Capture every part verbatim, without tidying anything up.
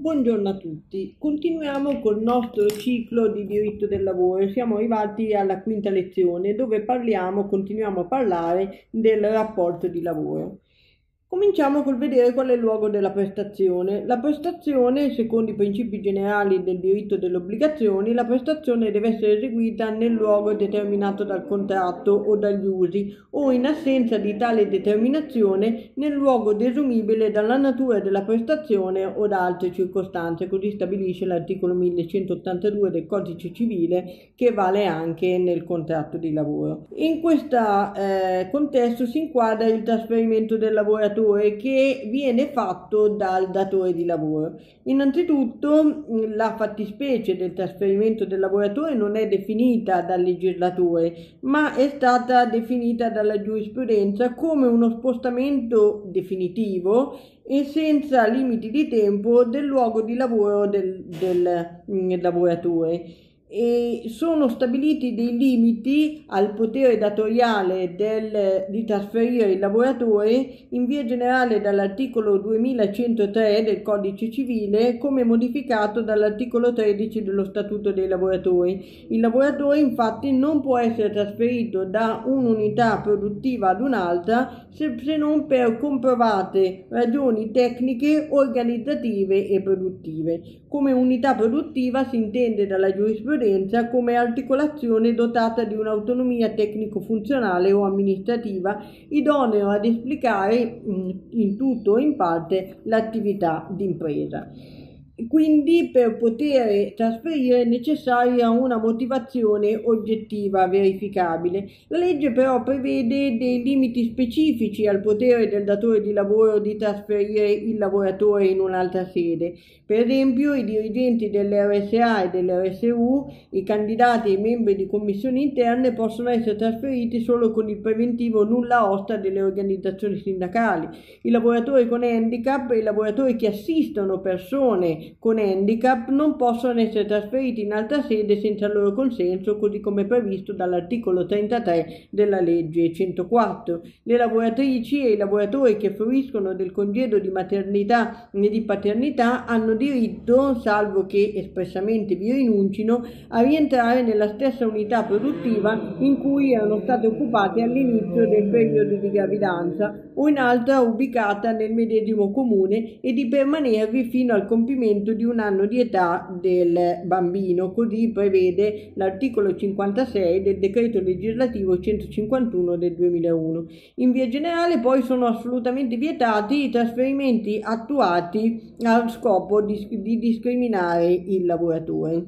Buongiorno a tutti, continuiamo col nostro ciclo di diritto del lavoro. Siamo arrivati alla quinta lezione dove parliamo, continuiamo a parlare del rapporto di lavoro. Cominciamo col vedere qual è il luogo della prestazione. La prestazione, secondo i principi generali del diritto delle obbligazioni, la prestazione deve essere eseguita nel luogo determinato dal contratto o dagli usi, o in assenza di tale determinazione nel luogo desumibile dalla natura della prestazione o da altre circostanze. Così stabilisce l'articolo millecentottantadue del Codice Civile, che vale anche nel contratto di lavoro. In questo eh, contesto si inquadra il trasferimento del lavoratore che viene fatto dal datore di lavoro. Innanzitutto la fattispecie del trasferimento del lavoratore non è definita dal legislatore, ma è stata definita dalla giurisprudenza come uno spostamento definitivo e senza limiti di tempo del luogo di lavoro del, del, del lavoratore. E sono stabiliti dei limiti al potere datoriale del, di trasferire il lavoratore in via generale dall'articolo duemilacentotre del Codice Civile, come modificato dall'articolo tredici dello Statuto dei lavoratori. Il lavoratore infatti non può essere trasferito da un'unità produttiva ad un'altra se, se non per comprovate ragioni tecniche, organizzative e produttive. Come unità produttiva si intende dalla giurisprudenza come articolazione dotata di un'autonomia tecnico-funzionale o amministrativa idoneo ad esplicare in tutto o in parte l'attività d'impresa. Quindi per poter trasferire è necessaria una motivazione oggettiva verificabile. La legge però prevede dei limiti specifici al potere del datore di lavoro di trasferire il lavoratore in un'altra sede. Per esempio, i dirigenti dell'R S A e dell'R S U, i candidati e i membri di commissioni interne possono essere trasferiti solo con il preventivo nulla osta delle organizzazioni sindacali. I lavoratori con handicap e i lavoratori che assistono persone con handicap non possono essere trasferiti in altra sede senza il loro consenso, così come previsto dall'articolo trentatré della legge centoquattro. Le lavoratrici e i lavoratori che fruiscono del congedo di maternità e di paternità hanno diritto, salvo che espressamente vi rinuncino, a rientrare nella stessa unità produttiva in cui erano state occupate all'inizio del periodo di gravidanza o in altra ubicata nel medesimo comune e di permanervi fino al compimento di un anno di età del bambino. Così prevede l'articolo cinquantasei del decreto legislativo centocinquantuno del duemilauno. In via generale poi sono assolutamente vietati i trasferimenti attuati allo scopo di, di discriminare il lavoratore.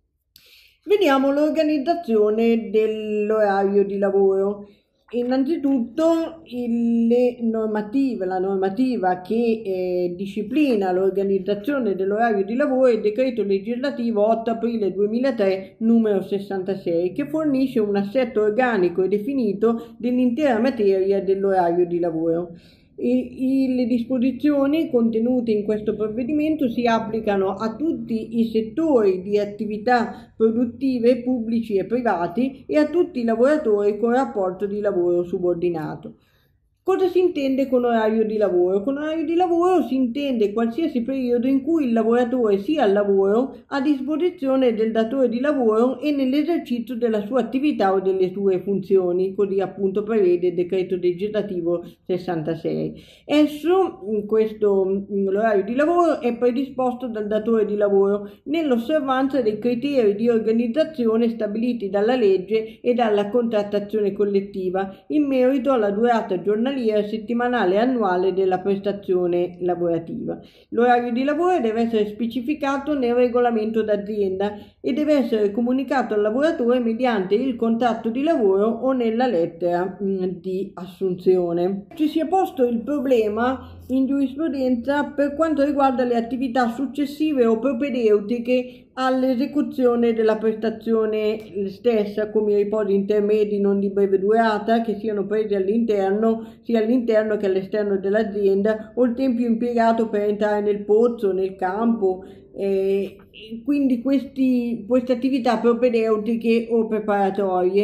Vediamo l'organizzazione dell'orario di lavoro. Innanzitutto le normative, la normativa che eh, disciplina l'organizzazione dell'orario di lavoro è il decreto legislativo otto aprile duemilatré numero sessantasei, che fornisce un assetto organico e definito dell'intera materia dell'orario di lavoro. E, e le disposizioni contenute in questo provvedimento si applicano a tutti i settori di attività produttive pubblici e privati e a tutti i lavoratori con rapporto di lavoro subordinato. Cosa si intende con orario di lavoro? Con orario di lavoro si intende qualsiasi periodo in cui il lavoratore sia al lavoro a disposizione del datore di lavoro e nell'esercizio della sua attività o delle sue funzioni, così appunto prevede il decreto legislativo sessantasei. Esso, in questo l'orario di lavoro, è predisposto dal datore di lavoro nell'osservanza dei criteri di organizzazione stabiliti dalla legge e dalla contrattazione collettiva in merito alla durata giornaliera, settimanale e annuale della prestazione lavorativa. L'orario di lavoro deve essere specificato nel regolamento d'azienda e deve essere comunicato al lavoratore mediante il contratto di lavoro o nella lettera mh, di assunzione. Ci si è posto il problema in giurisprudenza per quanto riguarda le attività successive o propedeutiche all'esecuzione della prestazione stessa, come i riposi intermedi non di breve durata che siano presi all'interno sia all'interno che all'esterno dell'azienda, o il tempo impiegato per entrare nel pozzo, nel campo, eh, quindi questi, queste attività propedeutiche o preparatorie.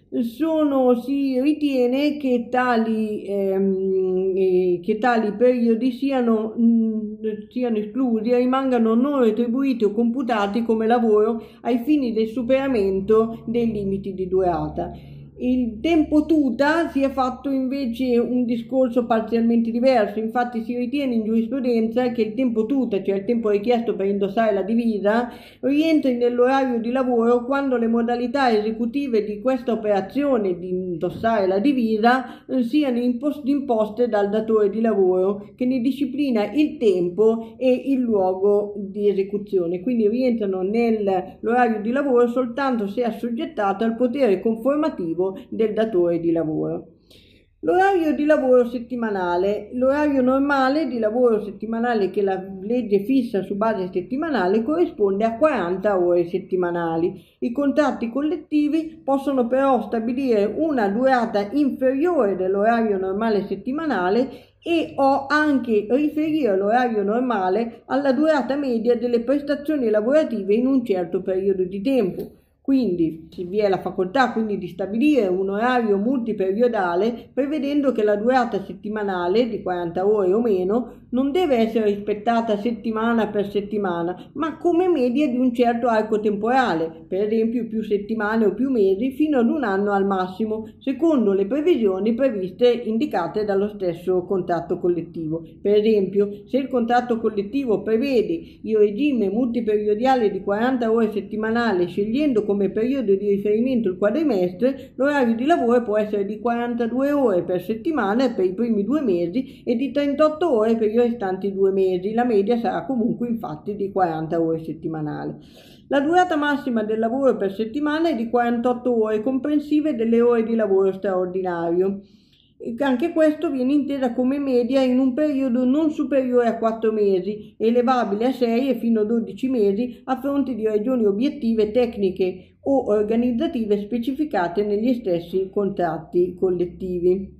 sono, si ritiene che tali, ehm, eh, che tali periodi siano, mh, siano esclusi e rimangano non retribuiti o computati come lavoro ai fini del superamento dei limiti di durata. Il tempo tuta si è fatto invece un discorso parzialmente diverso, infatti si ritiene in giurisprudenza che il tempo tuta, cioè il tempo richiesto per indossare la divisa, rientri nell'orario di lavoro quando le modalità esecutive di questa operazione di indossare la divisa eh, siano imposte dal datore di lavoro che ne disciplina il tempo e il luogo di esecuzione, quindi rientrano nell'orario di lavoro soltanto se assoggettato al potere conformativo del datore di lavoro. L'orario di lavoro settimanale. L'orario normale di lavoro settimanale che la legge fissa su base settimanale corrisponde a quaranta ore settimanali. I contratti collettivi possono però stabilire una durata inferiore dell'orario normale settimanale e o anche riferire l'orario normale alla durata media delle prestazioni lavorative in un certo periodo di tempo. Quindi vi è la facoltà quindi di stabilire un orario multiperiodale prevedendo che la durata settimanale di quaranta ore o meno non deve essere rispettata settimana per settimana, ma come media di un certo arco temporale, per esempio più settimane o più mesi fino ad un anno al massimo, secondo le previsioni previste indicate dallo stesso contratto collettivo. Per esempio, se il contratto collettivo prevede il regime multiperiodiale di quaranta ore settimanali scegliendo come come periodo di riferimento il quadrimestre, l'orario di lavoro può essere di quarantadue ore per settimana per i primi due mesi e di trentotto ore per i restanti due mesi. La media sarà comunque infatti di quaranta ore settimanali. La durata massima del lavoro per settimana è di quarantotto ore, comprensive delle ore di lavoro straordinario. Anche questo viene intesa come media in un periodo non superiore a quattro mesi, elevabile a sei e fino a dodici mesi a fronte di ragioni obiettive, tecniche o organizzative specificate negli stessi contratti collettivi.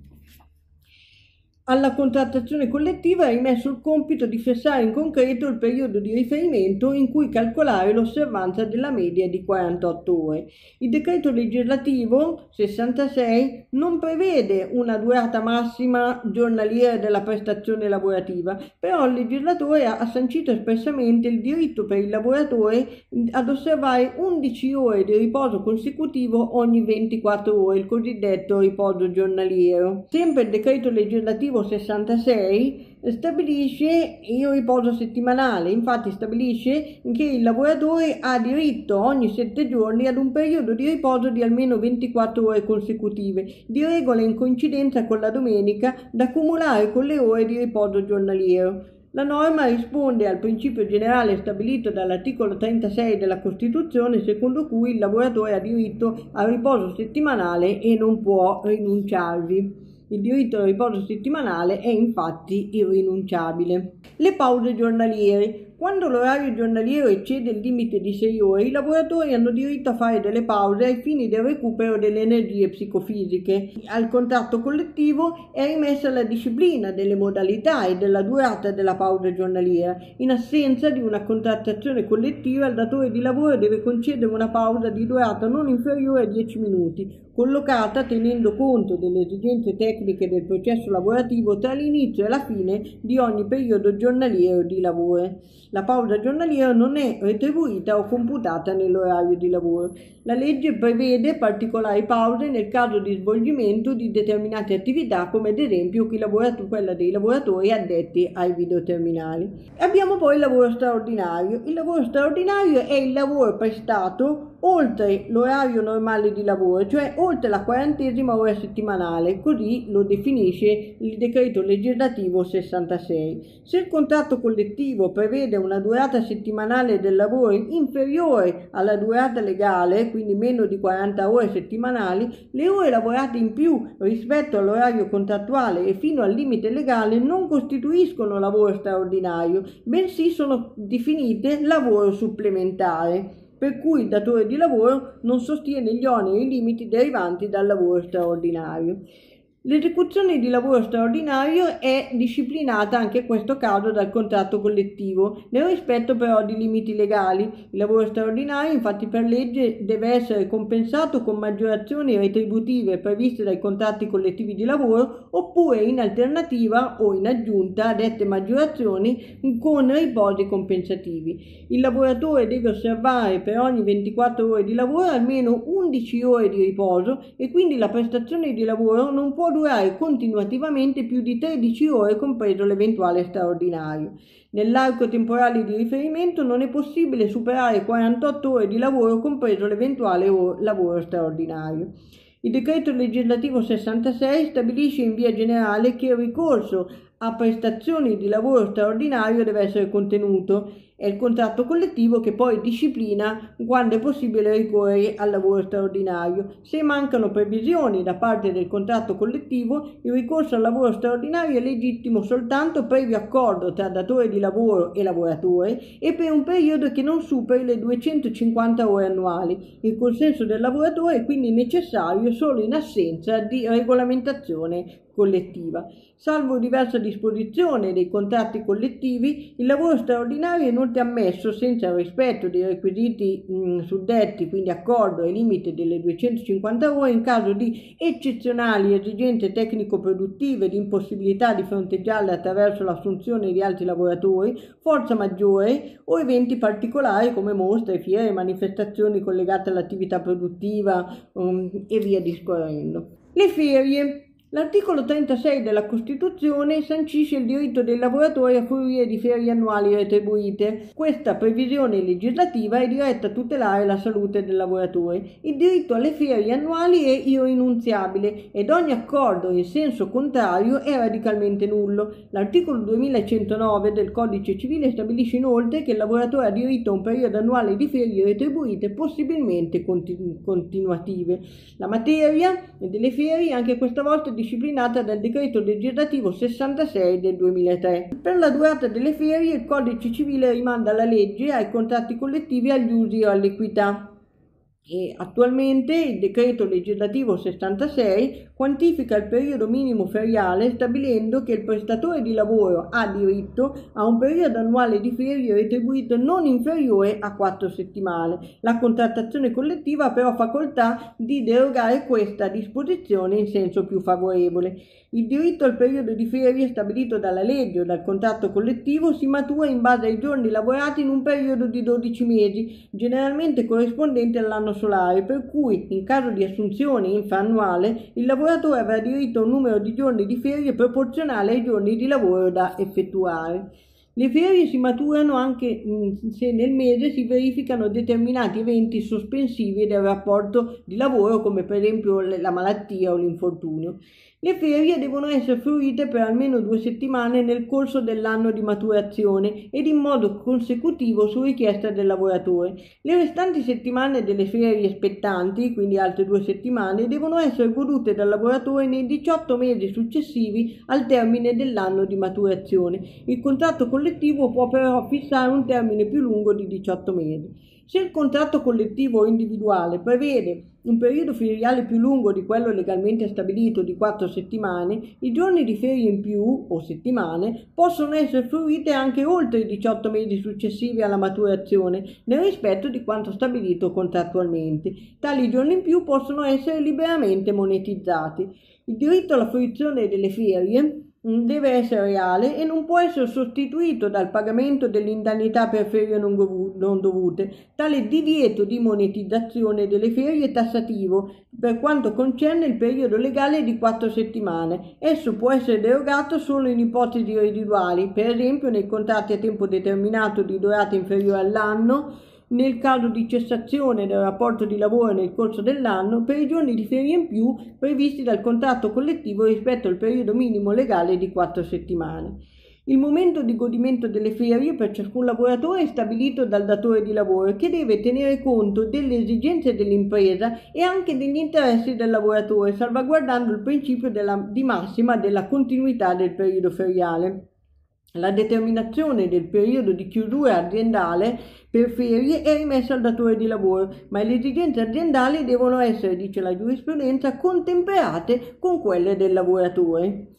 Alla contrattazione collettiva è rimesso il compito di fissare in concreto il periodo di riferimento in cui calcolare l'osservanza della media di quarantotto ore. Il decreto legislativo sessantasei non prevede una durata massima giornaliera della prestazione lavorativa, però il legislatore ha sancito espressamente il diritto per il lavoratore ad osservare undici ore di riposo consecutivo ogni ventiquattro ore, il cosiddetto riposo giornaliero. Sempre il decreto legislativo sessantasei stabilisce il riposo settimanale, infatti stabilisce che il lavoratore ha diritto ogni sette giorni ad un periodo di riposo di almeno ventiquattro ore consecutive, di regola in coincidenza con la domenica, da cumulare con le ore di riposo giornaliero. La norma risponde al principio generale stabilito dall'articolo trentasei della Costituzione, secondo cui il lavoratore ha diritto al riposo settimanale e non può rinunciarvi. Il diritto al riposo settimanale è infatti irrinunciabile. Le pause giornaliere. Quando l'orario giornaliero eccede il limite di sei ore, i lavoratori hanno diritto a fare delle pause ai fini del recupero delle energie psicofisiche. Al contratto collettivo è rimessa la disciplina delle modalità e della durata della pausa giornaliera. In assenza di una contrattazione collettiva, il datore di lavoro deve concedere una pausa di durata non inferiore a dieci minuti, collocata tenendo conto delle esigenze tecniche del processo lavorativo tra l'inizio e la fine di ogni periodo giornaliero di lavoro. La pausa giornaliera non è retribuita o computata nell'orario di lavoro. La legge prevede particolari pause nel caso di svolgimento di determinate attività, come ad esempio quella dei lavoratori addetti ai videoterminali. Abbiamo poi il lavoro straordinario. Il lavoro straordinario è il lavoro prestato oltre l'orario normale di lavoro, cioè oltre la quarantesima ora settimanale, così lo definisce il decreto legislativo sessantasei. Se il contratto collettivo prevede una durata settimanale del lavoro inferiore alla durata legale, quindi meno di quaranta ore settimanali, le ore lavorate in più rispetto all'orario contrattuale e fino al limite legale non costituiscono lavoro straordinario, bensì sono definite lavoro supplementare, per cui il datore di lavoro non sostiene gli oneri e i limiti derivanti dal lavoro straordinario. L'esecuzione di lavoro straordinario è disciplinata anche in questo caso dal contratto collettivo, nel rispetto però di limiti legali. Il lavoro straordinario, infatti, per legge deve essere compensato con maggiorazioni retributive previste dai contratti collettivi di lavoro, oppure in alternativa o in aggiunta a dette maggiorazioni con riposi compensativi. Il lavoratore deve osservare per ogni ventiquattro ore di lavoro almeno undici ore di riposo e quindi la prestazione di lavoro non può durare continuativamente più di tredici ore, compreso l'eventuale straordinario. Nell'arco temporale di riferimento non è possibile superare quarantotto ore di lavoro, compreso l'eventuale lavoro straordinario. Il decreto legislativo sessantasei stabilisce in via generale che il ricorso a prestazioni di lavoro straordinario deve essere contenuto. È il contratto collettivo che poi disciplina quando è possibile ricorrere al lavoro straordinario. Se mancano previsioni da parte del contratto collettivo, il ricorso al lavoro straordinario è legittimo soltanto previo accordo tra datore di lavoro e lavoratore e per un periodo che non superi le duecentocinquanta ore annuali. Il consenso del lavoratore è quindi necessario solo in assenza di regolamentazione collettiva. Salvo diversa disposizione dei contratti collettivi, il lavoro straordinario è inoltre ammesso senza il rispetto dei requisiti mh, suddetti, quindi accordo e limite delle duecentocinquanta ore, in caso di eccezionali esigenze tecnico-produttive, di impossibilità di fronteggiarle attraverso l'assunzione di altri lavoratori, forza maggiore o eventi particolari come mostre, fiere, manifestazioni collegate all'attività produttiva um, e via discorrendo. Le ferie. L'articolo trentasei della Costituzione sancisce il diritto dei lavoratori a fruire di ferie annuali retribuite. Questa previsione legislativa è diretta a tutelare la salute del lavoratore. Il diritto alle ferie annuali è irrinunziabile ed ogni accordo in senso contrario è radicalmente nullo. L'articolo duemilacentonove del Codice Civile stabilisce inoltre che il lavoratore ha diritto a un periodo annuale di ferie retribuite, possibilmente continu- continuative. La materia delle ferie anche questa volta disciplinata dal decreto legislativo sessantasei del duemilatré. Per la durata delle ferie il Codice Civile rimanda alla legge, ai contratti collettivi, agli usi o all'equità. E attualmente il decreto legislativo sessantasei quantifica il periodo minimo feriale stabilendo che il prestatore di lavoro ha diritto a un periodo annuale di ferie retribuito non inferiore a quattro settimane. La contrattazione collettiva ha però facoltà di derogare questa disposizione in senso più favorevole. Il diritto al periodo di ferie stabilito dalla legge o dal contratto collettivo si matura in base ai giorni lavorati in un periodo di dodici mesi, generalmente corrispondente all'anno solare, per cui in caso di assunzione infraannuale il lavoratore avrà diritto a un numero di giorni di ferie proporzionale ai giorni di lavoro da effettuare. Le ferie si maturano anche se nel mese si verificano determinati eventi sospensivi del rapporto di lavoro, come per esempio la malattia o l'infortunio. Le ferie devono essere fruite per almeno due settimane nel corso dell'anno di maturazione ed in modo consecutivo su richiesta del lavoratore. Le restanti settimane delle ferie spettanti, quindi altre due settimane, devono essere godute dal lavoratore nei diciotto mesi successivi al termine dell'anno di maturazione. Il contratto collettivo può però fissare un termine più lungo di diciotto mesi. Se il contratto collettivo o individuale prevede un periodo feriale più lungo di quello legalmente stabilito di quattro settimane, i giorni di ferie in più o settimane possono essere fruite anche oltre i diciotto mesi successivi alla maturazione, nel rispetto di quanto stabilito contrattualmente. Tali giorni in più possono essere liberamente monetizzati. Il diritto alla fruizione delle ferie deve essere reale e non può essere sostituito dal pagamento dell'indennità per ferie non dovute. Tale divieto di monetizzazione delle ferie è tassativo per quanto concerne il periodo legale di quattro settimane. Esso può essere derogato solo in ipotesi residuali, per esempio nei contratti a tempo determinato di durata inferiore all'anno, nel caso di cessazione del rapporto di lavoro nel corso dell'anno, per i giorni di ferie in più previsti dal contratto collettivo rispetto al periodo minimo legale di quattro settimane. Il momento di godimento delle ferie per ciascun lavoratore è stabilito dal datore di lavoro, che deve tenere conto delle esigenze dell'impresa e anche degli interessi del lavoratore, salvaguardando il principio della, di massima della continuità del periodo feriale. La determinazione del periodo di chiusura aziendale per ferie è rimessa al datore di lavoro, ma le esigenze aziendali devono essere, dice la giurisprudenza, contemperate con quelle del lavoratore.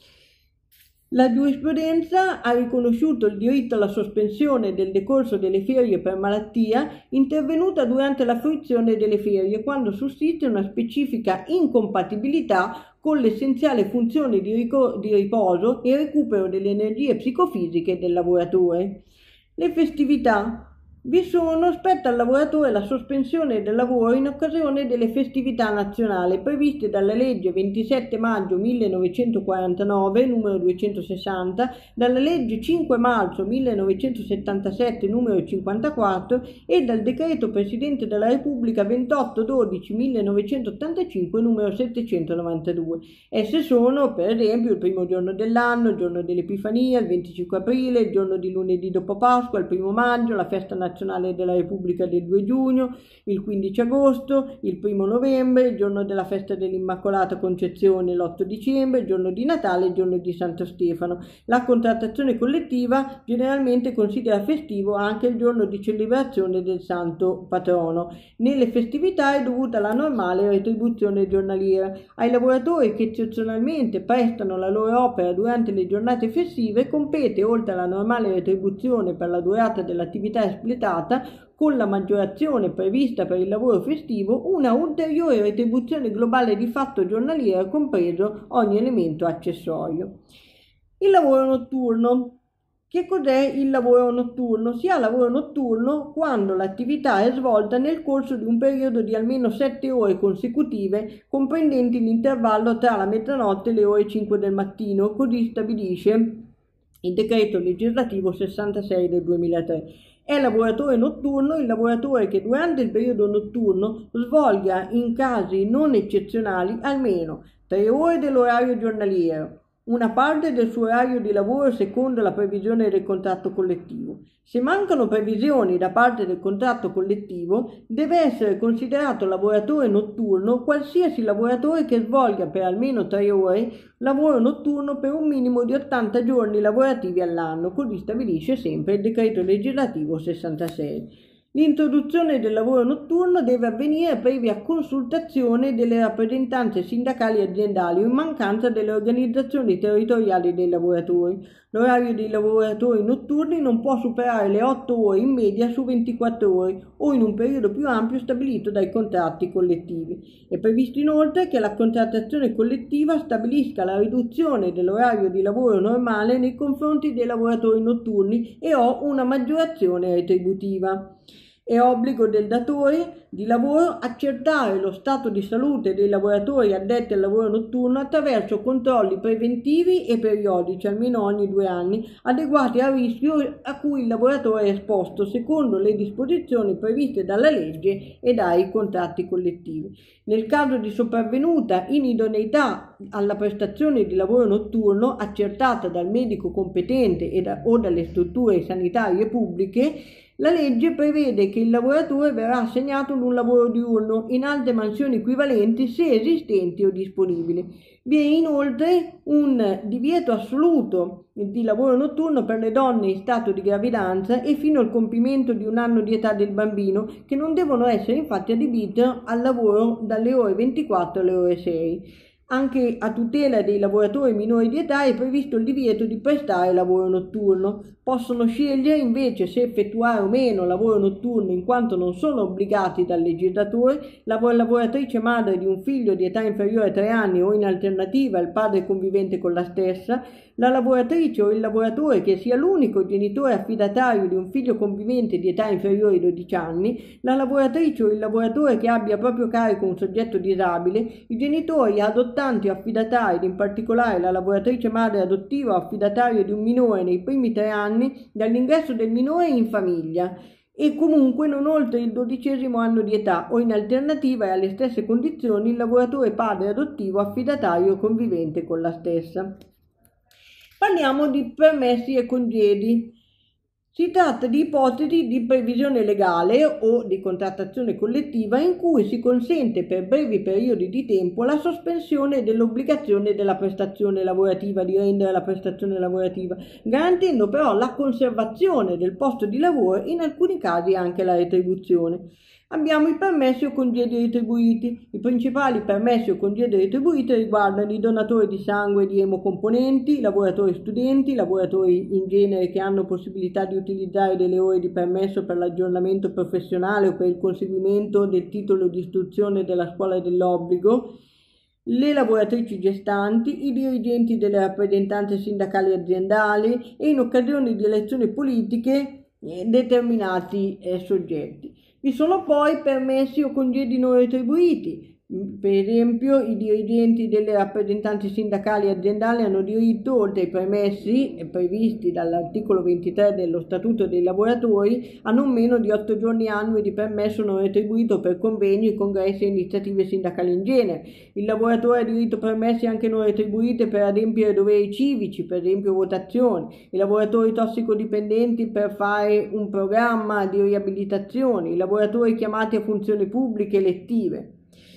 La giurisprudenza ha riconosciuto il diritto alla sospensione del decorso delle ferie per malattia intervenuta durante la fruizione delle ferie, quando sussiste una specifica incompatibilità con l'essenziale funzione di, di riposo e recupero delle energie psicofisiche del lavoratore. Le festività. Vi sono, spetta al lavoratore la sospensione del lavoro in occasione delle festività nazionali previste dalla legge ventisette maggio millenovecentoquarantanove numero duecentosessanta, dalla legge cinque marzo millenovecentosettantasette numero cinquantaquattro e dal decreto Presidente della Repubblica ventotto dodici millenovecentottantacinque numero settecentonovantadue. Esse sono, per esempio, il primo giorno dell'anno, il giorno dell'Epifania, il venticinque aprile, il giorno di lunedì dopo Pasqua, il primo maggio, la festa nazionale nazionale della Repubblica del due giugno, il quindici agosto, il primo novembre, il giorno della festa dell'Immacolata Concezione, l'otto dicembre, il giorno di Natale, il giorno di Santo Stefano. La contrattazione collettiva generalmente considera festivo anche il giorno di celebrazione del Santo Patrono. Nelle festività è dovuta la normale retribuzione giornaliera. Ai lavoratori che eccezionalmente prestano la loro opera durante le giornate festive compete, oltre alla normale retribuzione per la durata dell'attività espletata, con la maggiorazione prevista per il lavoro festivo, una ulteriore retribuzione globale di fatto giornaliera, compreso ogni elemento accessorio. Il lavoro notturno. Che cos'è il lavoro notturno? Si ha lavoro notturno quando l'attività è svolta nel corso di un periodo di almeno sette ore consecutive, comprendenti l'intervallo tra la mezzanotte e le ore cinque del mattino, così stabilisce il decreto legislativo sessantasei del duemilatré. È lavoratore notturno il lavoratore che durante il periodo notturno svolga in casi non eccezionali almeno tre ore dell'orario giornaliero, una parte del suo orario di lavoro secondo la previsione del contratto collettivo. Se mancano previsioni da parte del contratto collettivo, deve essere considerato lavoratore notturno qualsiasi lavoratore che svolga per almeno tre ore lavoro notturno per un minimo di ottanta giorni lavorativi all'anno, così stabilisce sempre il decreto legislativo sessantasei. L'introduzione del lavoro notturno deve avvenire previa consultazione delle rappresentanze sindacali aziendali o in mancanza delle organizzazioni territoriali dei lavoratori. L'orario dei lavoratori notturni non può superare le otto ore in media su ventiquattro ore o in un periodo più ampio stabilito dai contratti collettivi. È previsto inoltre che la contrattazione collettiva stabilisca la riduzione dell'orario di lavoro normale nei confronti dei lavoratori notturni e o una maggiorazione retributiva. È obbligo del datore di lavoro accertare lo stato di salute dei lavoratori addetti al lavoro notturno attraverso controlli preventivi e periodici, almeno ogni due anni, adeguati al rischio a cui il lavoratore è esposto secondo le disposizioni previste dalla legge e dai contratti collettivi. Nel caso di sopravvenuta inidoneità alla prestazione di lavoro notturno accertata dal medico competente e da, o dalle strutture sanitarie pubbliche, la legge prevede che il lavoratore verrà assegnato ad un lavoro diurno in alte mansioni equivalenti se esistenti o disponibili. Vi è inoltre un divieto assoluto di lavoro notturno per le donne in stato di gravidanza e fino al compimento di un anno di età del bambino, che non devono essere infatti adibite al lavoro dalle ore ventiquattro alle ore sei. Anche a tutela dei lavoratori minori di età è previsto il divieto di prestare lavoro notturno. Possono scegliere invece se effettuare o meno lavoro notturno in quanto non sono obbligati dal legislatore la lavoratrice madre di un figlio di età inferiore a tre anni o in alternativa il padre convivente con la stessa, la lavoratrice o il lavoratore che sia l'unico genitore affidatario di un figlio convivente di età inferiore ai dodici anni, la lavoratrice o il lavoratore che abbia a proprio carico un soggetto disabile, i genitori adottanti o affidatari ed in particolare la lavoratrice madre adottiva o affidatario di un minore nei primi tre anni dall'ingresso del minore in famiglia e comunque non oltre il dodicesimo anno di età o in alternativa e alle stesse condizioni il lavoratore padre adottivo affidatario convivente con la stessa. Parliamo di permessi e congedi. Si tratta di ipotesi di previsione legale o di contrattazione collettiva in cui si consente per brevi periodi di tempo la sospensione dell'obbligazione della prestazione lavorativa, di rendere la prestazione lavorativa, garantendo però la conservazione del posto di lavoro e in alcuni casi anche la retribuzione. Abbiamo i permessi o congedi retribuiti. I principali permessi o congedi retribuiti riguardano i donatori di sangue e di emocomponenti, i lavoratori studenti, i lavoratori in genere che hanno possibilità di utilizzare delle ore di permesso per l'aggiornamento professionale o per il conseguimento del titolo di istruzione della scuola dell'obbligo, le lavoratrici gestanti, i dirigenti delle rappresentanze sindacali aziendali e in occasione di elezioni politiche eh, determinati eh, soggetti. Vi sono poi permessi o congedi non retribuiti. Per esempio, i dirigenti delle rappresentanze sindacali e aziendali hanno diritto, oltre ai permessi previsti dall'articolo ventitré dello Statuto dei lavoratori, a non meno di otto giorni annui di permesso non retribuito per convegni, congressi e iniziative sindacali in genere. Il lavoratore ha diritto a permessi anche non retribuiti per adempiere doveri civici, per esempio votazioni. I lavoratori tossicodipendenti per fare un programma di riabilitazione. I lavoratori chiamati a funzioni pubbliche elettive.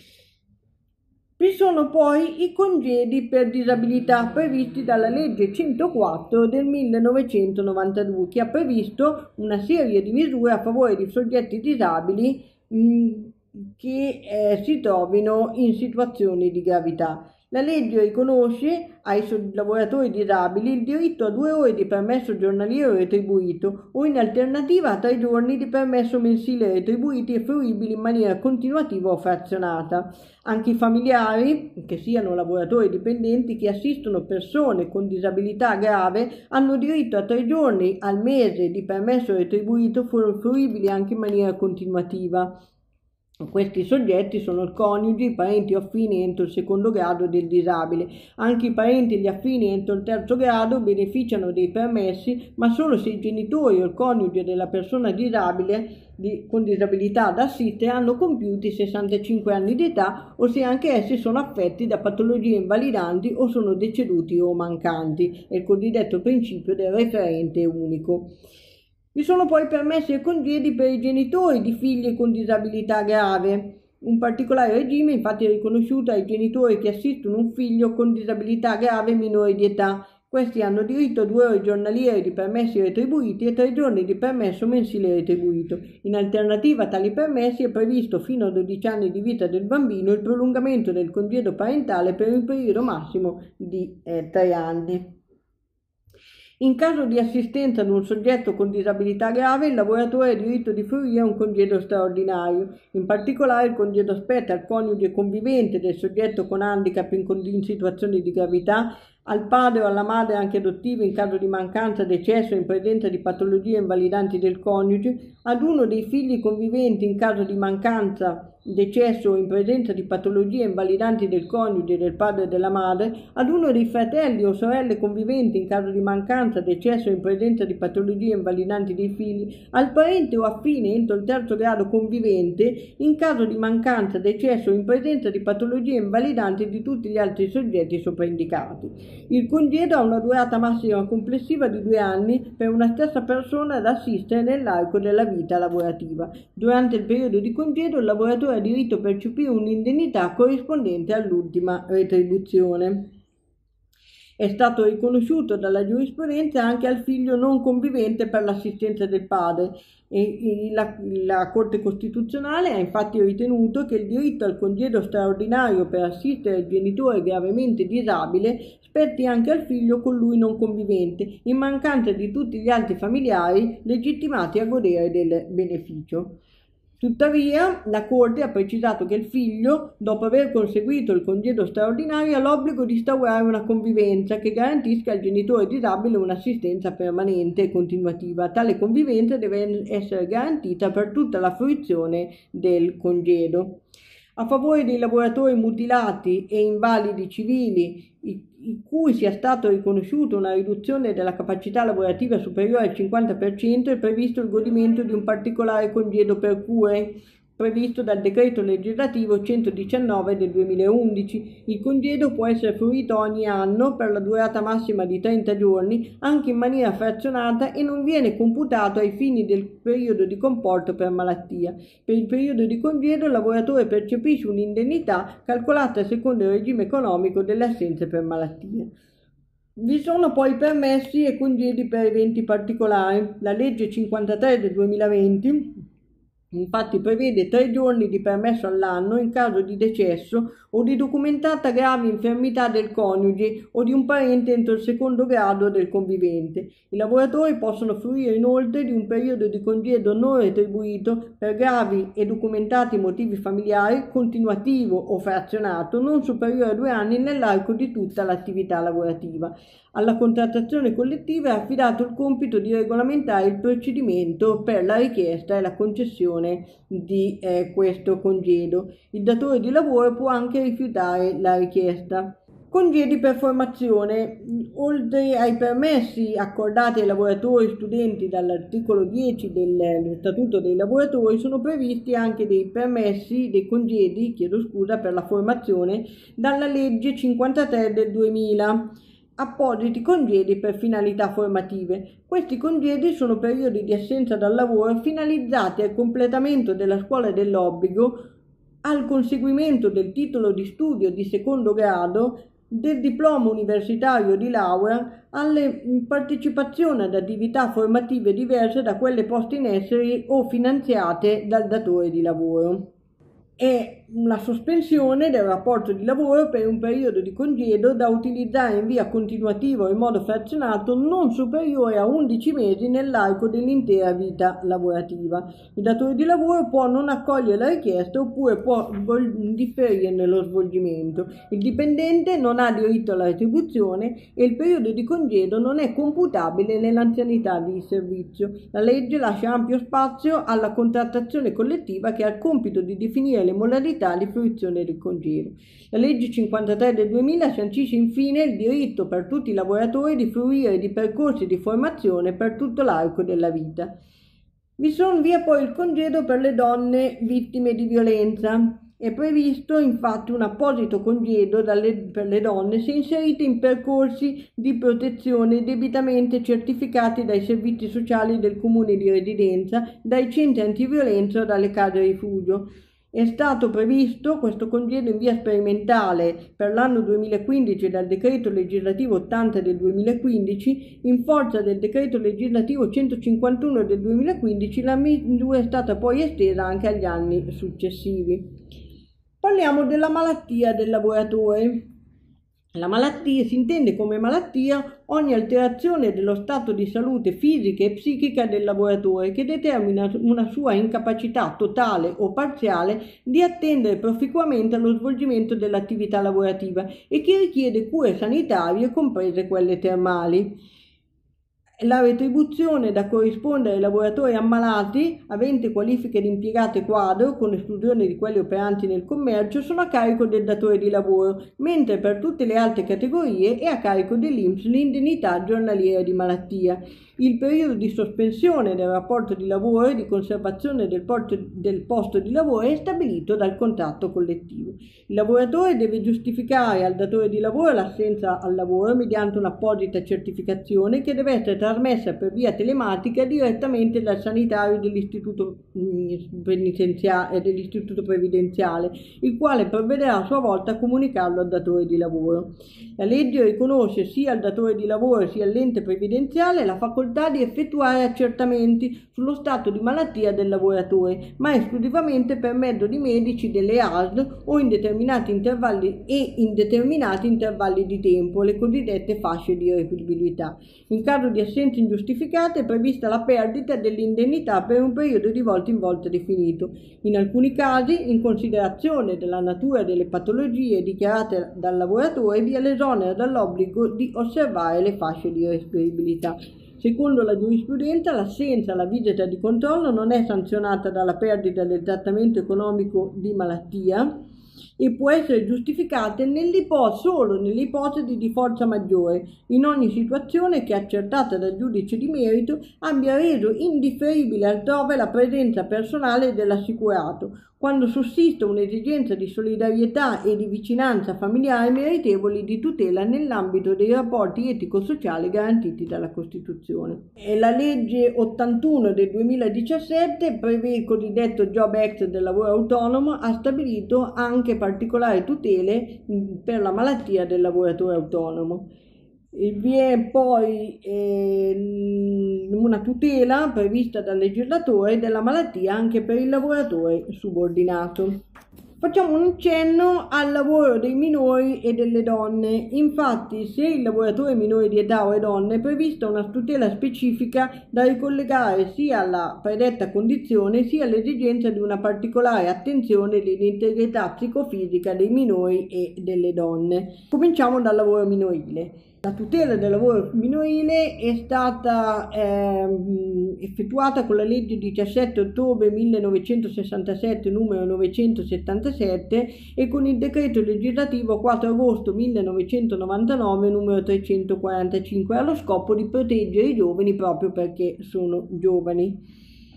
Vi sono poi i congedi per disabilità previsti dalla legge centoquattro del millenovecentonovantadue, che ha previsto una serie di misure a favore di soggetti disabili mh, che eh, si trovino in situazioni di gravità. La legge riconosce ai lavoratori disabili il diritto a due ore di permesso giornaliero retribuito o in alternativa a tre giorni di permesso mensile retribuiti e fruibili in maniera continuativa o frazionata. Anche i familiari, che siano lavoratori dipendenti che assistono persone con disabilità grave, hanno diritto a tre giorni al mese di permesso retribuito fruibili anche in maniera continuativa. Questi soggetti sono il coniuge, i parenti o affini entro il secondo grado del disabile. Anche i parenti e gli affini entro il terzo grado beneficiano dei permessi, ma solo se i genitori o il coniuge della persona disabile di, con disabilità da assistere hanno compiuti sessantacinque anni di età o se anche essi sono affetti da patologie invalidanti o sono deceduti o mancanti. È il cosiddetto principio del referente unico. Vi sono poi permessi e congedi per i genitori di figli con disabilità grave. Un particolare regime infatti è riconosciuto ai genitori che assistono un figlio con disabilità grave minore di età. Questi hanno diritto a due ore giornaliere di permessi retribuiti e tre giorni di permesso mensile retribuito. In alternativa a tali permessi è previsto fino a dodici anni di vita del bambino il prolungamento del congedo parentale per un periodo massimo di eh, tre anni. In caso di assistenza ad un soggetto con disabilità grave, il lavoratore ha diritto di fruire un congedo straordinario. In particolare, il congedo spetta al coniuge convivente del soggetto con handicap in, in situazioni di gravità, al padre o alla madre anche adottiva in caso di mancanza, decesso o in presenza di patologie invalidanti del coniuge, ad uno dei figli conviventi in caso di mancanza, decesso o in presenza di patologie invalidanti del coniuge, del padre e della madre, ad uno dei fratelli o sorelle conviventi in caso di mancanza, decesso o in presenza di patologie invalidanti dei figli, al parente o affine entro il terzo grado convivente in caso di mancanza, decesso o in presenza di patologie invalidanti di tutti gli altri soggetti sopraindicati. Il congedo ha una durata massima complessiva di due anni per una stessa persona da assistere nell'arco della vita lavorativa. Durante il periodo di congedo il lavoratore ha diritto a percepire un'indennità corrispondente all'ultima retribuzione. È stato riconosciuto dalla giurisprudenza anche al figlio non convivente per l'assistenza del padre e la, la Corte Costituzionale ha infatti ritenuto che il diritto al congedo straordinario per assistere il genitore gravemente disabile spetti anche al figlio con lui non convivente, in mancanza di tutti gli altri familiari legittimati a godere del beneficio. Tuttavia, la Corte ha precisato che il figlio, dopo aver conseguito il congedo straordinario, ha l'obbligo di instaurare una convivenza che garantisca al genitore disabile un'assistenza permanente e continuativa. Tale convivenza deve essere garantita per tutta la fruizione del congedo. A favore dei lavoratori mutilati e invalidi civili, in cui sia stato riconosciuto una riduzione della capacità lavorativa superiore al cinquanta per cento, è previsto il godimento di un particolare congedo per cure previsto dal decreto legislativo centodiciannove del duemilaundici. Il congedo può essere fruito ogni anno per la durata massima di trenta giorni, anche in maniera frazionata, e non viene computato ai fini del periodo di comporto per malattia. Per il periodo di congedo il lavoratore percepisce un'indennità calcolata secondo il regime economico delle assenze per malattia. Vi sono poi permessi e congedi per eventi particolari. La legge cinquantatré del duemilaventi infatti prevede tre giorni di permesso all'anno in caso di decesso o di documentata grave infermità del coniuge o di un parente entro il secondo grado del convivente. I lavoratori possono fruire inoltre di un periodo di congedo non retribuito per gravi e documentati motivi familiari, continuativo o frazionato, non superiore a due anni nell'arco di tutta l'attività lavorativa. Alla contrattazione collettiva è affidato il compito di regolamentare il procedimento per la richiesta e la concessione di eh, questo congedo. Il datore di lavoro può anche rifiutare la richiesta. Congedi per formazione. Oltre ai permessi accordati ai lavoratori studenti dall'articolo dieci del, del Statuto dei lavoratori, sono previsti anche dei permessi, dei congedi, chiedo scusa, per la formazione dalla legge cinquantatré del duemila. Appositi congedi per finalità formative. Questi congedi sono periodi di assenza dal lavoro finalizzati al completamento della scuola dell'obbligo, al conseguimento del titolo di studio di secondo grado, del diploma universitario di laurea, alle partecipazione ad attività formative diverse da quelle poste in essere o finanziate dal datore di lavoro. E la sospensione del rapporto di lavoro per un periodo di congedo da utilizzare in via continuativa o in modo frazionato non superiore a undici mesi nell'arco dell'intera vita lavorativa. Il datore di lavoro può non accogliere la richiesta oppure può differire nello svolgimento. Il dipendente non ha diritto alla retribuzione e il periodo di congedo non è computabile nell'anzianità di servizio. La legge lascia ampio spazio alla contrattazione collettiva che ha il compito di definire le modalità di fruizione del congedo. La legge cinquantatré del duemila sancisce infine il diritto per tutti i lavoratori di fruire di percorsi di formazione per tutto l'arco della vita. Vi sono via poi il congedo per le donne vittime di violenza. È previsto infatti un apposito congedo dalle, per le donne se inserite in percorsi di protezione debitamente certificati dai servizi sociali del comune di residenza, dai centri antiviolenza o dalle case rifugio. È stato previsto questo congedo in via sperimentale per l'anno duemilaquindici dal decreto legislativo ottanta del duemilaquindici. In forza del decreto legislativo centocinquantuno del duemilaquindici la misura è stata poi estesa anche agli anni successivi. Parliamo della malattia del lavoratore. La malattia si intende come malattia ogni alterazione dello stato di salute fisica e psichica del lavoratore che determina una sua incapacità totale o parziale di attendere proficuamente allo svolgimento dell'attività lavorativa e che richiede cure sanitarie, comprese quelle termali. La retribuzione da corrispondere ai lavoratori ammalati aventi qualifiche di impiegate quadro, con esclusione di quelli operanti nel commercio, sono a carico del datore di lavoro, mentre per tutte le altre categorie è a carico dell'I N P S l'indennità giornaliera di malattia. Il periodo di sospensione del rapporto di lavoro e di conservazione del, porto, del posto di lavoro è stabilito dal contratto collettivo. Il lavoratore deve giustificare al datore di lavoro l'assenza al lavoro mediante un'apposita certificazione che deve essere trasmessa per via telematica direttamente dal sanitario dell'istituto penitenziario e dell'istituto previdenziale, il quale provvederà a sua volta a comunicarlo al datore di lavoro. La legge riconosce sia al datore di lavoro sia all'ente previdenziale la facoltà di effettuare accertamenti sullo stato di malattia del lavoratore, ma esclusivamente per mezzo di medici delle A S L o in determinati intervalli e in determinati intervalli di tempo, le cosiddette fasce di reperibilità. In caso di assenza ingiustificata è prevista la perdita dell'indennità per un periodo di volta in volta definito. In alcuni casi, in considerazione della natura delle patologie dichiarate dal lavoratore, vi è l'esonero dall'obbligo di osservare le fasce di respiribilità. Secondo la giurisprudenza, l'assenza alla visita di controllo non è sanzionata dalla perdita del trattamento economico di malattia e può essere giustificata nell'ipotesi, solo nell'ipotesi di forza maggiore, in ogni situazione che, accertata dal giudice di merito, abbia reso indifferibile altrove la presenza personale dell'assicurato quando sussiste un'esigenza di solidarietà e di vicinanza familiare meritevoli di tutela nell'ambito dei rapporti etico-sociali garantiti dalla Costituzione. E la legge ottantuno del duemiladiciassette prevede il cosiddetto Job Act del lavoro autonomo, ha stabilito anche particolari tutele per la malattia del lavoratore autonomo. Vi è poi eh, una tutela prevista dal legislatore della malattia anche per il lavoratore subordinato. Facciamo un accenno al lavoro dei minori e delle donne. Infatti, se il lavoratore minore di età o è donna, è prevista una tutela specifica da ricollegare sia alla predetta condizione sia all'esigenza di una particolare attenzione all'integrità psicofisica dei minori e delle donne. Cominciamo dal lavoro minorile. La tutela del lavoro minorile è stata eh, effettuata con la legge diciassette ottobre millenovecentosessantasette numero novecentosettantasette e con il decreto legislativo quattro agosto millenovecentonovantanove numero trecentoquarantacinque, allo scopo di proteggere i giovani proprio perché sono giovani.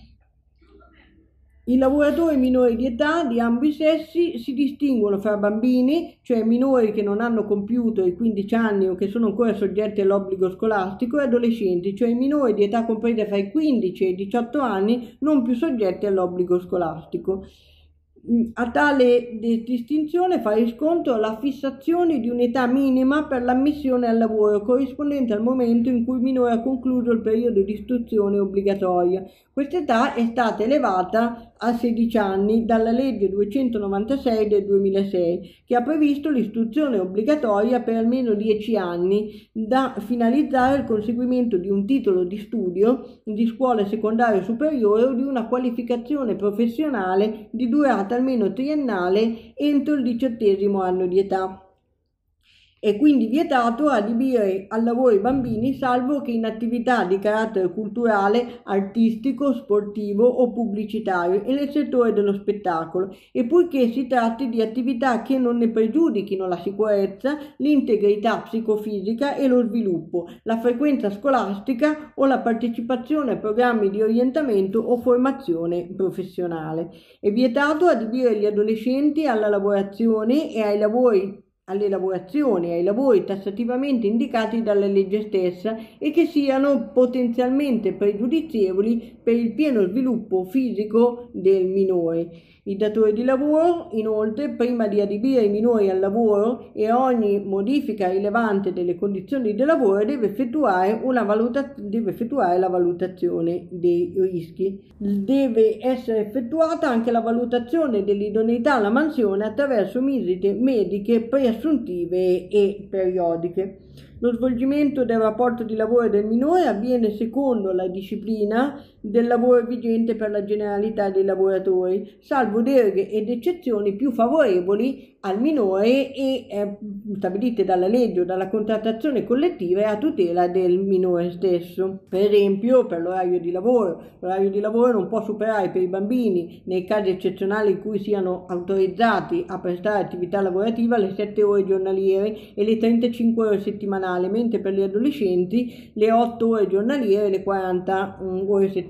I lavoratori minori di età di ambi i sessi si distinguono fra bambini, cioè minori che non hanno compiuto i quindici anni o che sono ancora soggetti all'obbligo scolastico, e adolescenti, cioè minori di età compresa fra i quindici e i diciotto anni non più soggetti all'obbligo scolastico. A tale distinzione fa riscontro la fissazione di un'età minima per l'ammissione al lavoro corrispondente al momento in cui il minore ha concluso il periodo di istruzione obbligatoria. Questa età è stata elevata a sedici anni dalla legge duecentonovantasei del duemilasei, che ha previsto l'istruzione obbligatoria per almeno dieci anni da finalizzare il conseguimento di un titolo di studio di scuola secondaria superiore o di una qualificazione professionale di durata almeno triennale entro il diciottesimo anno di età. È quindi vietato adibire al lavoro i bambini salvo che in attività di carattere culturale, artistico, sportivo o pubblicitario e nel settore dello spettacolo, e purché si tratti di attività che non ne pregiudichino la sicurezza, l'integrità psicofisica e lo sviluppo, la frequenza scolastica o la partecipazione a programmi di orientamento o formazione professionale. È vietato adibire gli adolescenti alla lavorazione e ai lavori alle lavorazioni e ai lavori tassativamente indicati dalla legge stessa e che siano potenzialmente pregiudizievoli per il pieno sviluppo fisico del minore. Il datore di lavoro, inoltre, prima di adibire i minori al lavoro e ogni modifica rilevante delle condizioni del lavoro, deve effettuare, una valuta- deve effettuare la valutazione dei rischi. Deve essere effettuata anche la valutazione dell'idoneità alla mansione attraverso visite mediche preassuntive e periodiche. Lo svolgimento del rapporto di lavoro del minore avviene secondo la disciplina del lavoro vigente per la generalità dei lavoratori, salvo deroghe ed eccezioni più favorevoli al minore e eh, stabilite dalla legge o dalla contrattazione collettiva e a tutela del minore stesso. Per esempio, per l'orario di lavoro, l'orario di lavoro non può superare per i bambini, nei casi eccezionali in cui siano autorizzati a prestare attività lavorativa, le sette ore giornaliere e le trentacinque ore settimanali, mentre per gli adolescenti le otto ore giornaliere e le quaranta ore settimanali.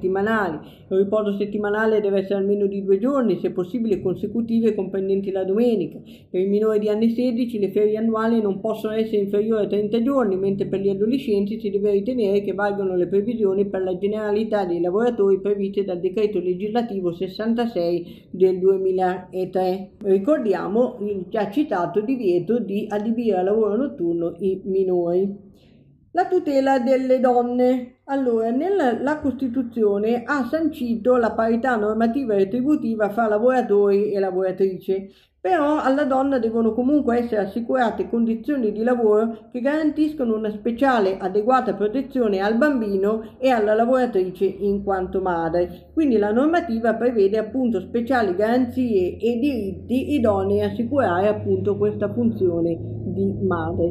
Il riposo settimanale deve essere almeno di due giorni, se possibile consecutive comprendenti la domenica. Per i minori di anni sedici le ferie annuali non possono essere inferiori a trenta giorni, mentre per gli adolescenti si deve ritenere che valgono le previsioni per la generalità dei lavoratori previste dal decreto legislativo sessantasei del duemilatré. Ricordiamo il già citato divieto di adibire al lavoro notturno i minori. La tutela delle donne. Allora, nella, la Costituzione ha sancito la parità normativa e retributiva fra lavoratori e lavoratrici, però alla donna devono comunque essere assicurate condizioni di lavoro che garantiscono una speciale adeguata protezione al bambino e alla lavoratrice in quanto madre. Quindi la normativa prevede appunto speciali garanzie e diritti idonei a assicurare appunto questa funzione di madre.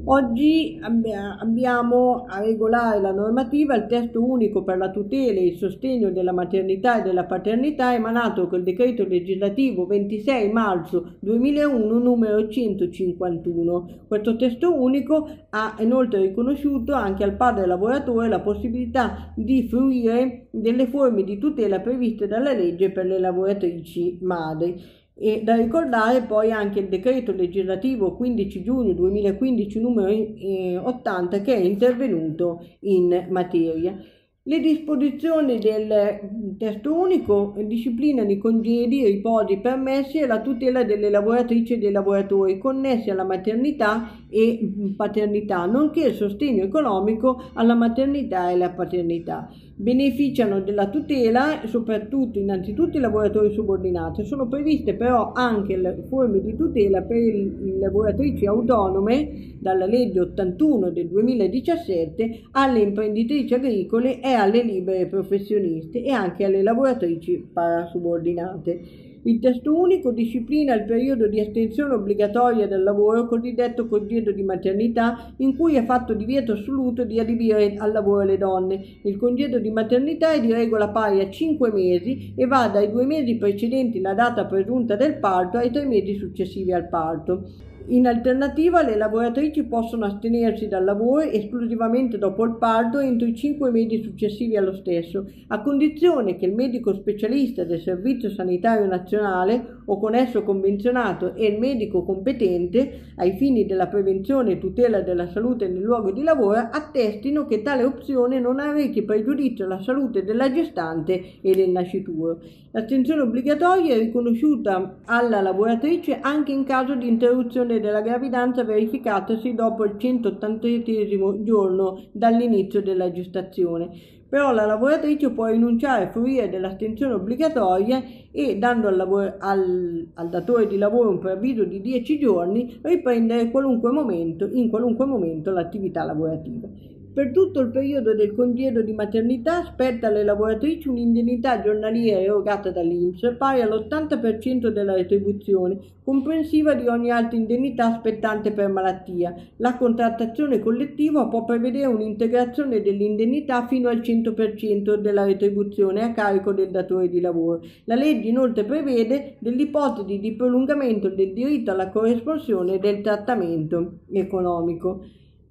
Oggi abbia- abbiamo a regolare la normativa il testo unico per la tutela e il sostegno della maternità e della paternità emanato col decreto legislativo ventisei marzo duemilauno numero centocinquantuno. Questo testo unico ha inoltre riconosciuto anche al padre lavoratore la possibilità di fruire delle forme di tutela previste dalla legge per le lavoratrici madri. E da ricordare poi anche il decreto legislativo quindici giugno duemilaquindici numero eh, ottanta che è intervenuto in materia. Le disposizioni del testo unico disciplinano i congedi, i riposi permessi e la tutela delle lavoratrici e dei lavoratori connessi alla maternità e paternità, nonché il sostegno economico alla maternità e alla paternità. Beneficiano della tutela soprattutto innanzitutto i lavoratori subordinati. Sono previste però anche le forme di tutela per le lavoratrici autonome dalla legge ottantuno del duemiladiciassette, alle imprenditrici agricole e alle libere professioniste e anche alle lavoratrici parasubordinate. Il testo unico disciplina il periodo di astensione obbligatoria dal lavoro, cosiddetto congedo di maternità, in cui è fatto divieto assoluto di adibire al lavoro le donne. Il congedo di maternità è di regola pari a cinque mesi e va dai due mesi precedenti la data presunta del parto ai tre mesi successivi al parto. In alternativa, le lavoratrici possono astenersi dal lavoro esclusivamente dopo il parto entro i cinque mesi successivi allo stesso, a condizione che il medico specialista del Servizio Sanitario Nazionale o con esso convenzionato e il medico competente, ai fini della prevenzione e tutela della salute nel luogo di lavoro, attestino che tale opzione non arrechi pregiudizio alla salute della gestante e del nascituro. L'astensione obbligatoria è riconosciuta alla lavoratrice anche in caso di interruzione della gravidanza verificatasi dopo il centottantattesimo giorno dall'inizio della gestazione. Però la lavoratrice può rinunciare a fruire dell'astensione obbligatoria e, dando al, lavoro, al, al datore di lavoro un preavviso di dieci giorni, riprendere qualunque momento, in qualunque momento l'attività lavorativa. Per tutto il periodo del congedo di maternità spetta alle lavoratrici un'indennità giornaliera erogata dall'I N P S pari all'ottanta per cento della retribuzione, comprensiva di ogni altra indennità spettante per malattia. La contrattazione collettiva può prevedere un'integrazione dell'indennità fino al cento per cento della retribuzione a carico del datore di lavoro. La legge inoltre prevede dell'ipotesi di prolungamento del diritto alla corresponsione del trattamento economico.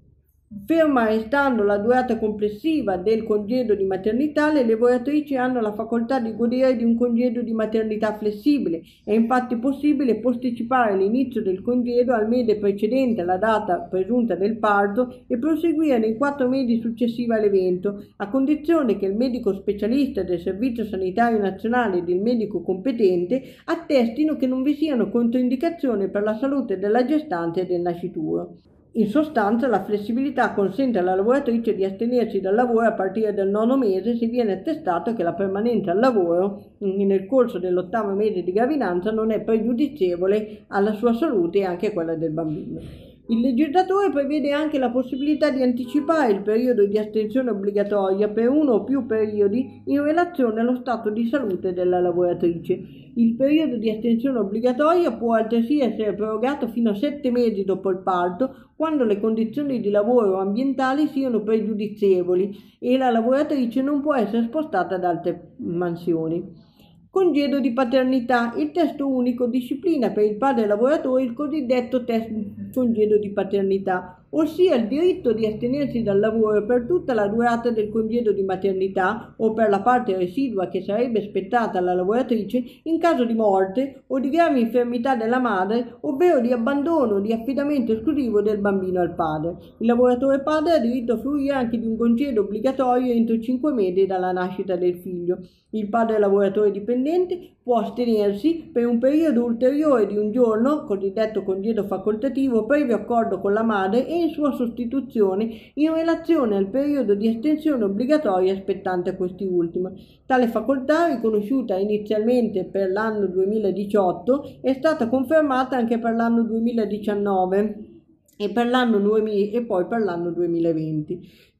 Ferma restando la durata complessiva del congedo di maternità, le lavoratrici hanno la facoltà di godere di un congedo di maternità flessibile. È infatti possibile posticipare l'inizio del congedo al mese precedente alla data presunta del parto e proseguire nei quattro mesi successivi all'evento, a condizione che il medico specialista del Servizio Sanitario Nazionale ed il medico competente attestino che non vi siano controindicazioni per la salute della gestante e del nascituro. In sostanza, la flessibilità consente alla lavoratrice di astenersi dal lavoro a partire dal nono mese se viene attestato che la permanenza al lavoro nel corso dell'ottavo mese di gravidanza non è pregiudizievole alla sua salute e anche a quella del bambino. Il legislatore prevede anche la possibilità di anticipare il periodo di astensione obbligatoria per uno o più periodi in relazione allo stato di salute della lavoratrice. Il periodo di astensione obbligatoria può altresì essere prorogato fino a sette mesi dopo il parto, quando le condizioni di lavoro o ambientali siano pregiudizievoli e la lavoratrice non può essere spostata ad altre mansioni. Congedo di paternità. Il testo unico disciplina per il padre lavoratore il cosiddetto test congedo di paternità, ossia il diritto di astenersi dal lavoro per tutta la durata del congedo di maternità o per la parte residua che sarebbe spettata alla lavoratrice in caso di morte o di grave infermità della madre, ovvero di abbandono o di affidamento esclusivo del bambino al padre. Il lavoratore padre ha diritto a fruire anche di un congedo obbligatorio entro cinque mesi dalla nascita del figlio. Il padre lavoratore dipendente può astenersi per un periodo ulteriore di un giorno, cosiddetto congedo facoltativo, previo accordo con la madre e in sua sostituzione in relazione al periodo di astensione obbligatoria spettante a questi ultimi. Tale facoltà, riconosciuta inizialmente per l'anno duemiladiciotto, è stata confermata anche per l'anno duemiladiciannove e per l'anno duemila e poi per l'anno duemilaventi.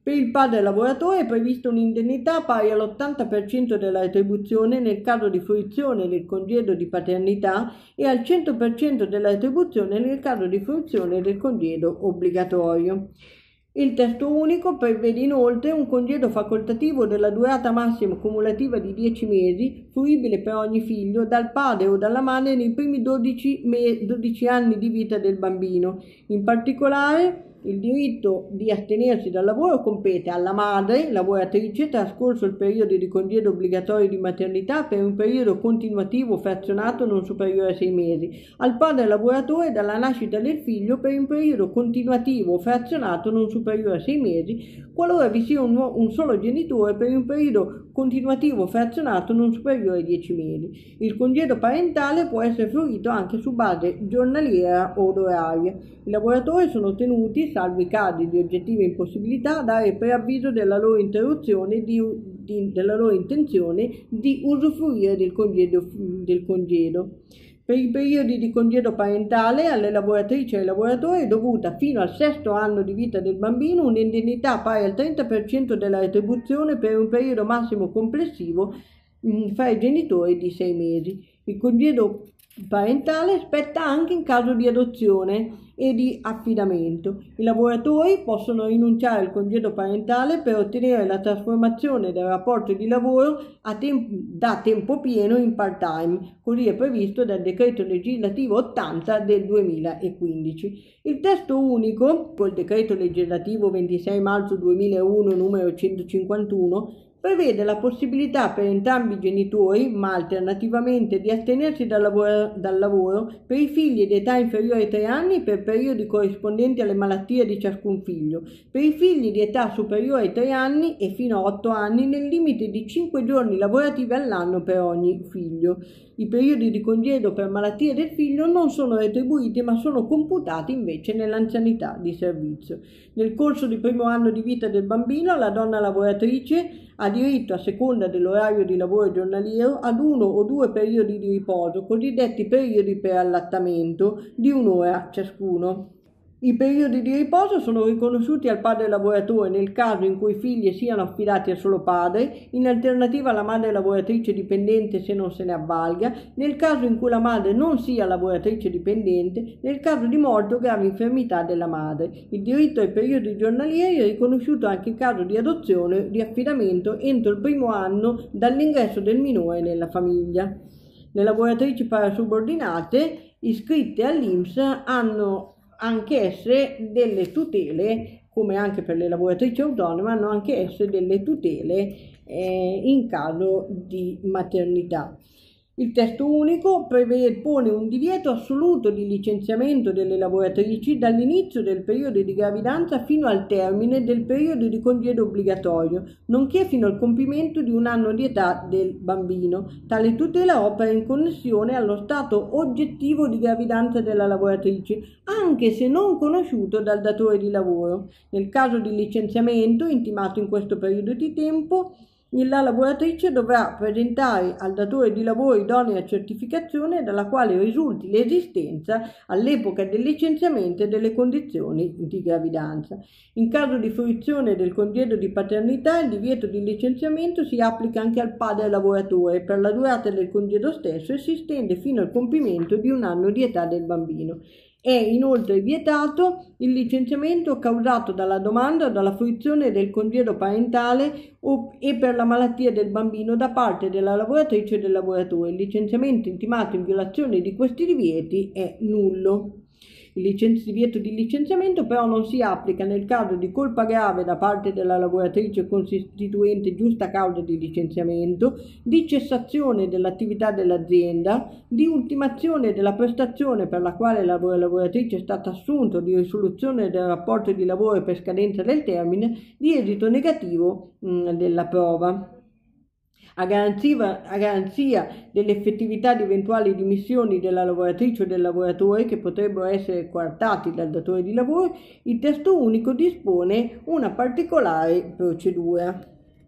Per il padre lavoratore è prevista un'indennità pari all'ottanta per cento della retribuzione nel caso di fruizione del congedo di paternità e al cento per cento della retribuzione nel caso di fruizione del congedo obbligatorio. Il testo unico prevede inoltre un congedo facoltativo della durata massima cumulativa di dieci mesi, fruibile per ogni figlio, dal padre o dalla madre nei primi dodici, me- dodici anni di vita del bambino. In particolare, il diritto di astenersi dal lavoro compete alla madre lavoratrice trascorso il periodo di congedo obbligatorio di maternità per un periodo continuativo frazionato non superiore a sei mesi, al padre lavoratore dalla nascita del figlio per un periodo continuativo frazionato non superiore a sei mesi, qualora vi sia un, un solo genitore per un periodo continuativo frazionato non superiore a dieci mesi. Il congedo parentale può essere fruito anche su base giornaliera o oraria. I lavoratori sono tenuti, salvo i casi di oggettiva impossibilità, a dare preavviso della loro interruzione di, di, della loro intenzione di usufruire del congedo, del congedo. Per i periodi di congedo parentale alle lavoratrici e ai lavoratori è dovuta fino al sesto anno di vita del bambino un'indennità pari al trenta per cento della retribuzione per un periodo massimo complessivo mh, fra i genitori di sei mesi. Il congedo parentale spetta anche in caso di adozione e di affidamento. I lavoratori possono rinunciare al congedo parentale per ottenere la trasformazione del rapporto di lavoro a tem- da tempo pieno in part-time, così è previsto dal decreto legislativo ottanta del duemilaquindici. Il testo unico, col decreto legislativo ventisei marzo duemilauno numero centocinquantuno, prevede la possibilità per entrambi i genitori, ma alternativamente, di astenersi dal lavoro, dal lavoro per i figli di età inferiore ai tre anni per periodi corrispondenti alle malattie di ciascun figlio, per i figli di età superiore ai tre anni e fino a otto anni nel limite di cinque giorni lavorativi all'anno per ogni figlio. I periodi di congedo per malattie del figlio non sono retribuiti ma sono computati invece nell'anzianità di servizio. Nel corso del primo anno di vita del bambino la donna lavoratrice ha diritto, a seconda dell'orario di lavoro giornaliero, ad uno o due periodi di riposo, cosiddetti periodi per allattamento, di un'ora ciascuno. I periodi di riposo sono riconosciuti al padre lavoratore nel caso in cui i figli siano affidati al solo padre, in alternativa alla madre lavoratrice dipendente se non se ne avvalga, nel caso in cui la madre non sia lavoratrice dipendente, nel caso di morte o grave infermità della madre. Il diritto ai periodi giornalieri è riconosciuto anche in caso di adozione o di affidamento entro il primo anno dall'ingresso del minore nella famiglia. Le lavoratrici parasubordinate iscritte all'I N P S hanno anche esse delle tutele, come anche per le lavoratrici autonome, hanno anche esse delle tutele eh, in caso di maternità. Il testo unico prevede, pone un divieto assoluto di licenziamento delle lavoratrici dall'inizio del periodo di gravidanza fino al termine del periodo di congedo obbligatorio, nonché fino al compimento di un anno di età del bambino. Tale tutela opera in connessione allo stato oggettivo di gravidanza della lavoratrice, anche se non conosciuto dal datore di lavoro. Nel caso di licenziamento intimato in questo periodo di tempo, la lavoratrice dovrà presentare al datore di lavoro idonea certificazione dalla quale risulti l'esistenza all'epoca del licenziamento delle condizioni di gravidanza. In caso di fruizione del congedo di paternità, il divieto di licenziamento si applica anche al padre lavoratore per la durata del congedo stesso e si estende fino al compimento di un anno di età del bambino. È inoltre vietato il licenziamento causato dalla domanda o dalla fruizione del congedo parentale o, e per la malattia del bambino da parte della lavoratrice o del lavoratore. Il licenziamento intimato in violazione di questi divieti è nullo. Il licenzi- divieto di licenziamento però non si applica nel caso di colpa grave da parte della lavoratrice costituente giusta causa di licenziamento, di cessazione dell'attività dell'azienda, di ultimazione della prestazione per la quale la lavoratrice è stata assunta, di risoluzione del rapporto di lavoro per scadenza del termine, di esito negativo mh, della prova. A garanzia, a garanzia dell'effettività di eventuali dimissioni della lavoratrice o del lavoratore che potrebbero essere coartati dal datore di lavoro, il testo unico dispone una particolare procedura.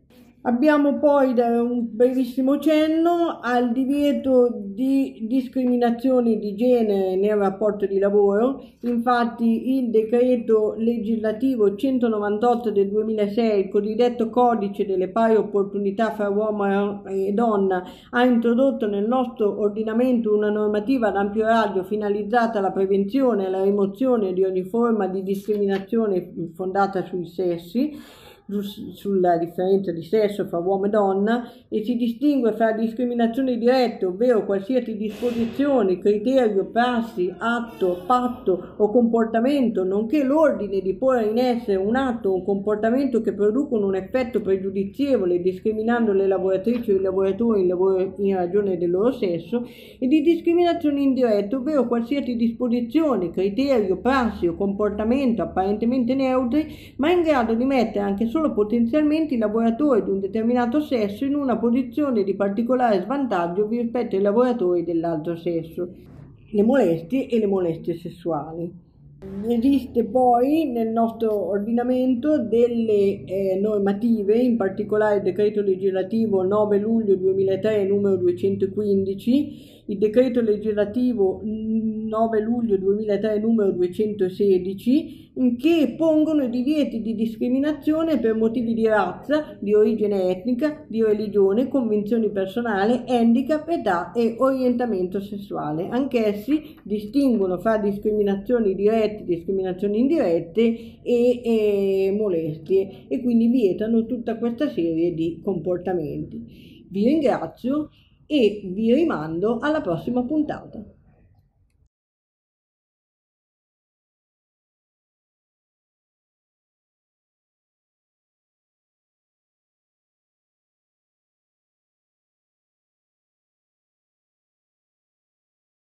Abbiamo poi da un brevissimo cenno al divieto di discriminazioni di genere nel rapporto di lavoro. Infatti il decreto legislativo centonovantotto del duemilasei, il cosiddetto codice delle pari opportunità fra uomo e donna, ha introdotto nel nostro ordinamento una normativa ad ampio raggio finalizzata alla prevenzione e alla rimozione di ogni forma di discriminazione fondata sui sessi, sulla differenza di sesso fra uomo e donna, e si distingue fra discriminazione diretta, ovvero qualsiasi disposizione, criterio, prassi, atto, patto o comportamento, nonché l'ordine di porre in essere un atto o un comportamento che producono un effetto pregiudizievole discriminando le lavoratrici o i lavoratori in, lavoro in ragione del loro sesso, e di discriminazione indiretta, ovvero qualsiasi disposizione, criterio, prassi o comportamento apparentemente neutri ma in grado di mettere anche solo potenzialmente i lavoratori di un determinato sesso in una posizione di particolare svantaggio rispetto ai lavoratori dell'altro sesso. Le molestie e le molestie sessuali. Esiste poi nel nostro ordinamento delle eh, normative, in particolare il decreto legislativo nove luglio duemilatré numero duecentoquindici, il decreto legislativo nove luglio duemilatré numero duecentosedici, che pongono i divieti di discriminazione per motivi di razza, di origine etnica, di religione, convinzioni personali, handicap, età e orientamento sessuale. Anch'essi distinguono fra discriminazioni dirette, discriminazioni indirette e, e molestie, e quindi vietano tutta questa serie di comportamenti. Vi ringrazio e vi rimando alla prossima puntata.